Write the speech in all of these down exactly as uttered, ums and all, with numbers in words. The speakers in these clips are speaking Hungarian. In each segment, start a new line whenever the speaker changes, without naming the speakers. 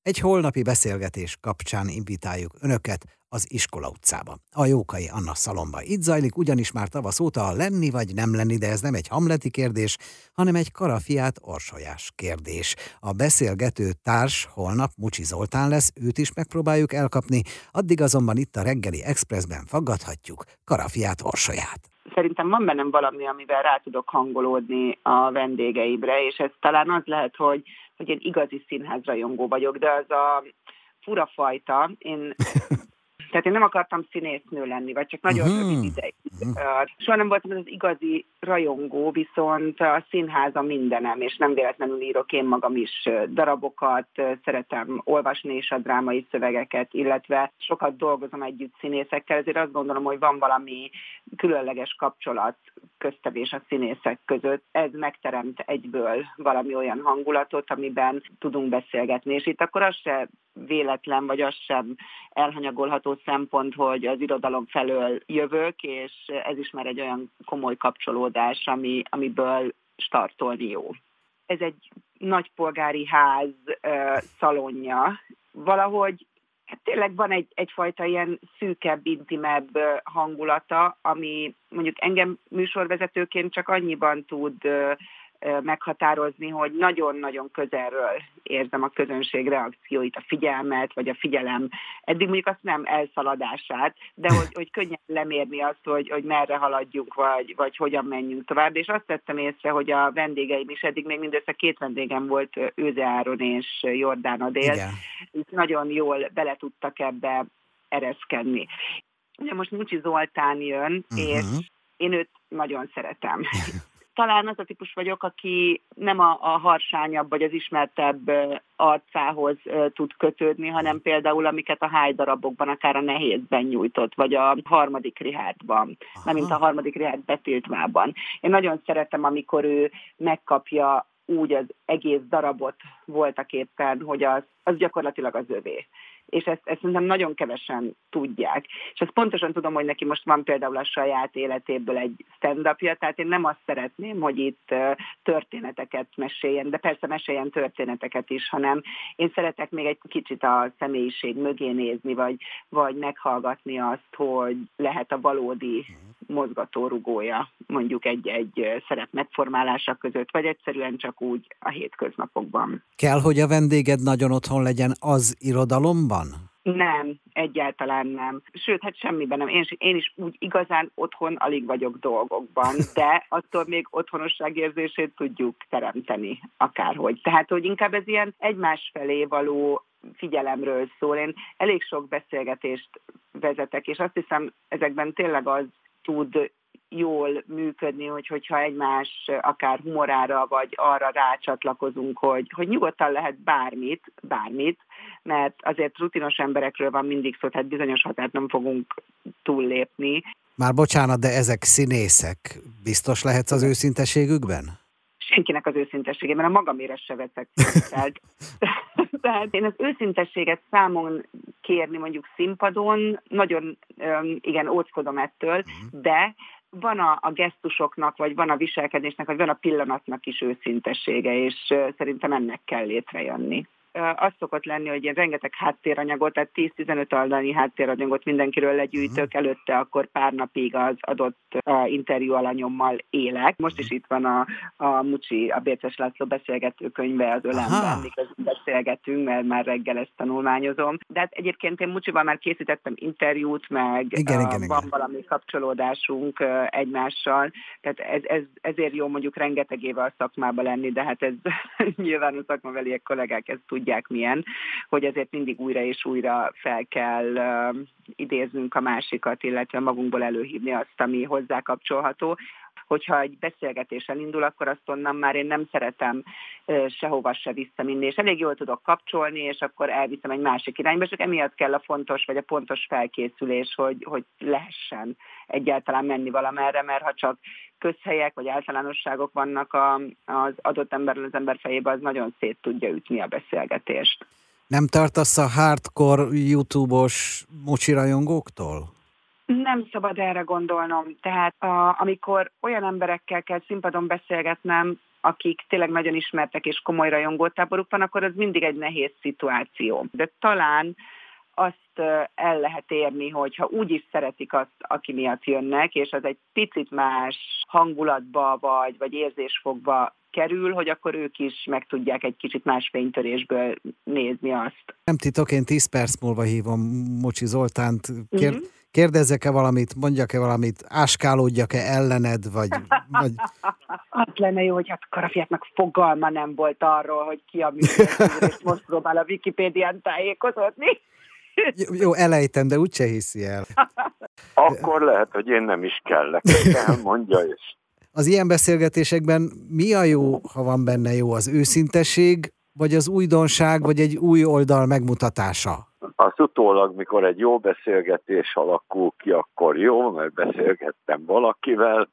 Egy holnapi beszélgetés kapcsán invitáljuk Önöket az Iskola utcába, a Jókai Anna szalomba. Itt zajlik ugyanis már tavasz óta a lenni vagy nem lenni, de ez nem egy hamleti kérdés, hanem egy karafiát orsolyás kérdés. A beszélgető társ holnap Mucsi Zoltán lesz, őt is megpróbáljuk elkapni, addig azonban itt a reggeli Expressben faggathatjuk karafiát orsolyát.
Szerintem van bennem valami, amivel rá tudok hangolódni a vendégeimre, és ez talán az lehet, hogy, hogy én igazi színházrajongó vagyok, de az a fura fajta, én... Tehát én nem akartam színésznő lenni, vagy csak nagyon uh-huh. rövid ideig. Uh-huh. Soha nem voltam az igazi rajongó, viszont a színház a mindenem, és nem véletlenül írok én magam is darabokat, szeretem olvasni is a drámai szövegeket, illetve sokat dolgozom együtt színészekkel, ezért azt gondolom, hogy van valami különleges kapcsolat köztem és a színészek között. Ez megteremt egyből valami olyan hangulatot, amiben tudunk beszélgetni, és itt akkor az se véletlen, vagy az sem elhanyagolható szempont, hogy az irodalom felől jövök, és ez is már egy olyan komoly kapcsolódás, ami, amiből startolni jó. Ez egy nagypolgári ház uh, szalonja. Valahogy hát tényleg van egy, egyfajta ilyen szűkebb, intimebb uh, hangulata, ami mondjuk engem műsorvezetőként csak annyiban tud uh, meghatározni, hogy nagyon-nagyon közelről érzem a közönség reakcióit, a figyelmet, vagy a figyelem, eddig mondjuk azt nem elszaladását, de hogy, hogy könnyen lemérni azt, hogy, hogy merre haladjunk, vagy, vagy hogyan menjünk tovább. És azt tettem észre, hogy a vendégeim is, eddig még mindössze két vendégem volt, Őze Áron és Jordán Adél, és nagyon jól bele tudtak ebbe ereszkedni. Ugye most Mucsi Zoltán jön, uh-huh. és én őt nagyon szeretem. Talán az a típus vagyok, aki nem a, a harsányabb vagy az ismertebb arcához tud kötődni, hanem például amiket a Háj darabokban, akár a Nehézben nyújtott, vagy a harmadik Richardban, nem mint a harmadik Richard Betiltmában. Én nagyon szeretem, amikor ő megkapja úgy az egész darabot voltak éppen, hogy az, az gyakorlatilag az övé. És ezt, ezt szerintem nagyon kevesen tudják. És ezt pontosan tudom, hogy neki most van például a saját életéből egy stand-upja, tehát én nem azt szeretném, hogy itt történeteket meséljen, de persze meséljen történeteket is, hanem én szeretek még egy kicsit a személyiség mögé nézni, vagy, vagy meghallgatni azt, hogy lehet a valódi mozgatórugója mondjuk egy-egy szerep megformálása között, vagy egyszerűen csak úgy a hétköznapokban.
Kell, hogy a vendéged nagyon otthon legyen az irodalomban?
Nem, egyáltalán nem. Sőt, hát semmiben nem. Én, én is úgy igazán otthon alig vagyok dolgokban, de attól még otthonosságérzését tudjuk teremteni akárhogy. Tehát, hogy inkább ez ilyen egymás felé való figyelemről szól. Én elég sok beszélgetést vezetek, és azt hiszem, ezekben tényleg az tud jól működni, hogy, hogyha egymás akár humorára vagy arra rácsatlakozunk, hogy, hogy nyugodtan lehet bármit, bármit, mert azért rutinos emberekről van mindig szó, tehát bizonyos határt nem fogunk túllépni.
Már bocsánat, de ezek színészek. Biztos lehetsz az őszinteségükben?
Senkinek az őszintességében, a magamére se veszek. Tehát én az őszintességet számon kérni mondjuk színpadon, nagyon igen, óckodom ettől, de van a, a gesztusoknak, vagy van a viselkedésnek, vagy van a pillanatnak is őszintessége, és szerintem ennek kell létrejönni. Az szokott lenni, hogy én rengeteg háttéranyagot, tehát tíz-tizenöt oldalnyi háttéranyagot mindenkiről legyűjtök, előtte akkor pár napig az adott uh, interjú alanyommal élek. Most is itt van a, a Mucsi, a Bérces László beszélgető könyve az ölemben, miközben beszélgetünk, mert már reggel ezt tanulmányozom. De hát egyébként én Mucsival már készítettem interjút, meg
igen,
uh,
igen,
van
igen.
valami kapcsolódásunk uh, egymással, tehát ez, ez, ezért jó mondjuk rengeteg éve a szakmában lenni, de hát ez nyilván a szakmabeliek kollégák ezt tudják milyen, hogy azért mindig újra és újra fel kell uh, idéznünk a másikat, illetve magunkból előhívni azt, ami hozzá kapcsolható. Hogyha egy beszélgetés elindul, akkor azt onnan már én nem szeretem uh, sehova se visszavinni, és elég jól tudok kapcsolni, és akkor elviszem egy másik irányba, csak emiatt kell a fontos vagy a pontos felkészülés, hogy, hogy lehessen egyáltalán menni valamerre, mert ha csak közhelyek vagy általánosságok vannak a, az adott emberrel az ember fejében, az nagyon szét tudja ütni a beszélgetést.
Nem tartasz a hardcore YouTube-os Mucsi rajongóktól?
Nem szabad erre gondolnom. Tehát a, amikor olyan emberekkel kell színpadon beszélgetnem, akik tényleg nagyon ismertek és komoly rajongótáboruk van, akkor az mindig egy nehéz szituáció. De talán azt el lehet érni, hogyha úgy is szeretik azt, aki miatt jönnek, és az egy picit más hangulatba vagy, vagy érzésfokba kerül, hogy akkor ők is meg tudják egy kicsit más fénytörésből nézni azt.
Nem titok, én tíz perc múlva hívom Mucsi Zoltánt. Kér, uh-huh. Kérdezzek-e valamit, mondjak-e valamit, áskálódjak-e ellened, vagy... vagy...
Az lenne jó, hogy hát Karafiátnak fogalma nem volt arról, hogy ki a művész, és most próbál a Wikipédián tájékozódni.
Jó, jó, elejtem, de úgyse hiszi el.
Akkor lehet, hogy én nem is kellek, elmondja is.
Az ilyen beszélgetésekben mi a jó, ha van benne jó, az őszintesség, vagy az újdonság, vagy egy új oldal megmutatása?
Az utólag, mikor egy jó beszélgetés alakul ki, akkor jó, mert beszélgettem valakivel.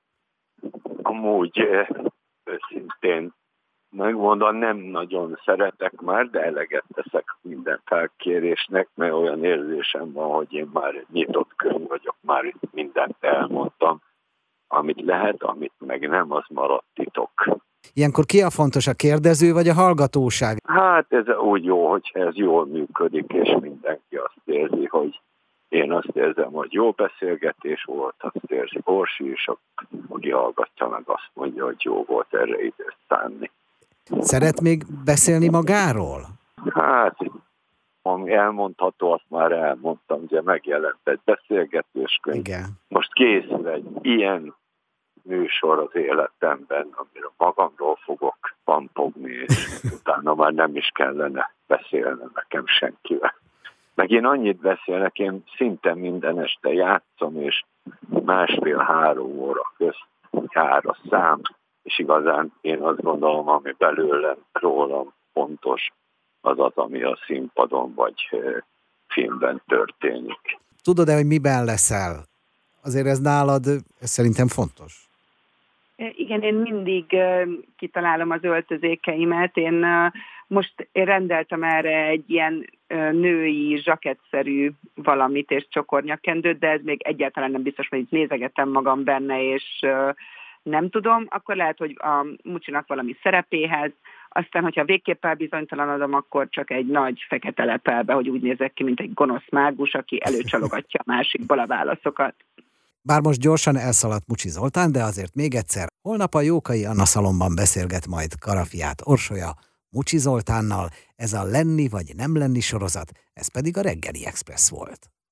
Amúgy őszintén megmondom, nem nagyon szeretek már, de eleget teszek minden felkérésnek, mert olyan érzésem van, hogy én már egy nyitott könyv vagyok, már mindent elmondtam. Amit lehet, amit meg nem, az maradt titok.
Ilyenkor ki a fontos, a kérdező vagy a hallgatóság?
Hát ez úgy jó, hogyha ez jól működik, és mindenki azt érzi, hogy én azt érzem, hogy jó beszélgetés volt, azt érzi Orsi is, aki hallgatja meg azt mondja, hogy jó volt erre időt szánni.
Szeret még beszélni magáról?
Hát, ami elmondható, azt már elmondtam, ugye megjelent egy beszélgetéskönyv.
Igen.
Most készül egy ilyen műsor az életemben, amire magamról fogok pampogni, és utána már nem is kellene beszélnem nekem senkivel. Meg én annyit beszélek, én szinte minden este játszom, és másfél-három óra közt jár a szám, és igazán én azt gondolom, ami belőlem, rólam fontos, az az, ami a színpadon vagy filmben történik.
Tudod-e, hogy miben leszel? Azért ez nálad, ez szerintem fontos.
Igen, én mindig kitalálom az öltözékeimet. Én most én rendeltem erre egy ilyen női, zsakettszerű valamit és csokornyakendőt, de ez még egyáltalán nem biztos, hogy itt nézegetem magam benne, és nem tudom, akkor lehet, hogy a Mucsinak valami szerepéhez, aztán, hogyha végképp elbizonytalanodom, akkor csak egy nagy fekete lepelbe, hogy úgy nézek ki, mint egy gonosz mágus, aki előcsalogatja a másikból a válaszokat.
Bár most gyorsan elszaladt Mucsi Zoltán, de azért még egyszer, holnap a Jókai Anna szalonban beszélget majd Karafiát Orsolya Mucsi Zoltánnal, ez a Lenni vagy nem lenni sorozat, ez pedig a Reggeli Express volt.